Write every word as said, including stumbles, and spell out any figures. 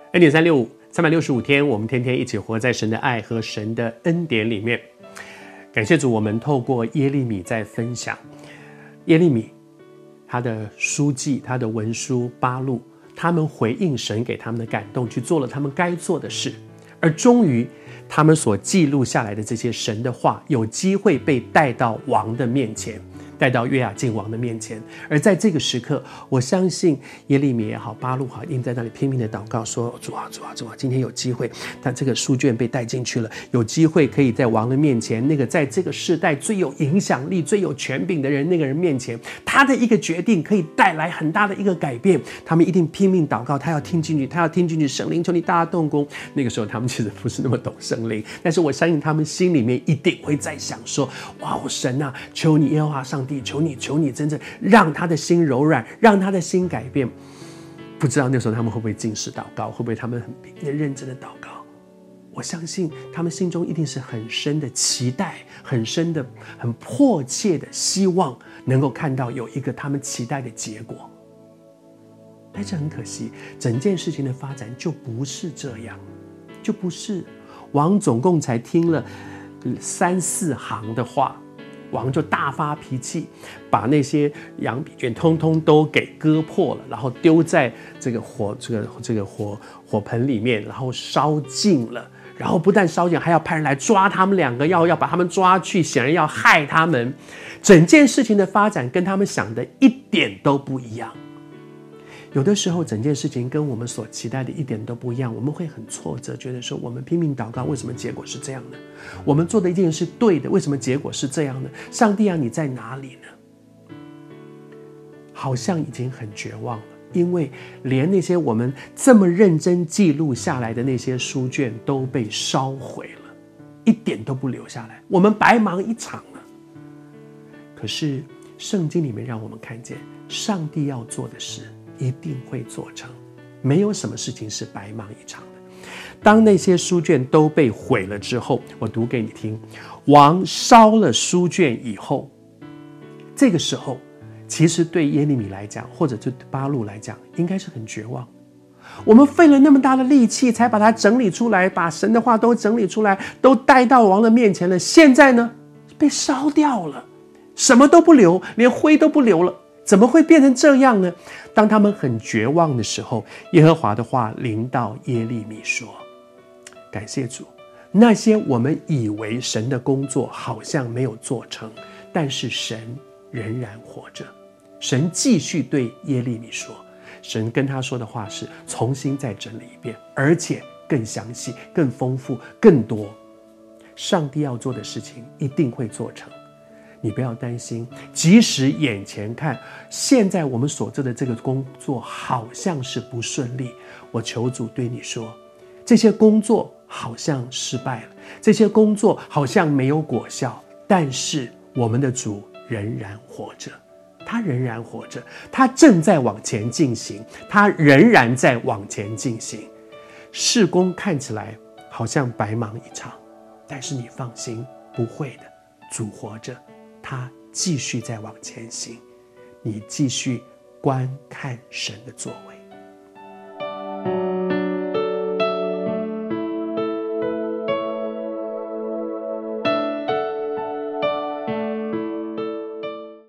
恩典三六五，三百六十五天，我们天天一起活在神的爱和神的恩典里面。感谢主，我们透过耶利米在分享，耶利米他的书记、他的文书巴录，他们回应神给他们的感动，去做了他们该做的事，而终于他们所记录下来的这些神的话，有机会被带到王的面前，带到约雅敬王的面前。而在这个时刻，我相信耶利米也好，巴录好，一定在那里拼命的祷告说，主啊主啊主啊，今天有机会，但这个书卷被带进去了，有机会可以在王的面前，那个在这个世代最有影响力、最有权柄的人，那个人面前，他的一个决定可以带来很大的一个改变。他们一定拼命祷告，他要听进去，他要听进去，神灵求你大大动工。那个时候他们其实不是那么懂圣灵，但是我相信他们心里面一定会在想说，哇，神啊，求你耶和华上帝，求你求你真正让他的心柔软，让他的心改变。不知道那时候他们会不会禁食祷告，会不会他们很认真的祷告。我相信他们心中一定是很深的期待，很深的很迫切的希望能够看到有一个他们期待的结果。但是很可惜，整件事情的发展就不是这样，就不是。王总共才听了三四行的话，王就大发脾气，把那些羊皮卷通通都给割破了，然后丢在这个火这个这个火火盆里面，然后烧尽了。然后不但烧尽，还要派人来抓他们两个，要要把他们抓去，显然要害他们。整件事情的发展跟他们想的一点都不一样。有的时候整件事情跟我们所期待的一点都不一样，我们会很挫折，觉得说我们拼命祷告，为什么结果是这样的？我们做的一件事是对的，为什么结果是这样的？上帝啊，你在哪里呢？好像已经很绝望了，因为连那些我们这么认真记录下来的那些书卷都被烧毁了，一点都不留下来，我们白忙一场了。可是圣经里面让我们看见，上帝要做的事一定会做成，没有什么事情是白忙一场的。当那些书卷都被毁了之后，我读给你听，王烧了书卷以后，这个时候其实对耶利米来讲，或者对巴录来讲，应该是很绝望。我们费了那么大的力气才把它整理出来，把神的话都整理出来，都带到王的面前了，现在呢被烧掉了，什么都不留，连灰都不留了，怎么会变成这样呢？当他们很绝望的时候，耶和华的话临到耶利米说，感谢主，那些我们以为神的工作好像没有做成，但是神仍然活着。神继续对耶利米说，神跟他说的话是重新再整理一遍，而且更详细、更丰富、更多。上帝要做的事情一定会做成，你不要担心，即使眼前看现在我们所做的这个工作好像是不顺利，我求主对你说，这些工作好像失败了，这些工作好像没有果效，但是我们的主仍然活着，他仍然活着，他正在往前进行，他仍然在往前进行。事工看起来好像白忙一场，但是你放心，不会的，主活着，他继续在往前行，你继续观看神的作为。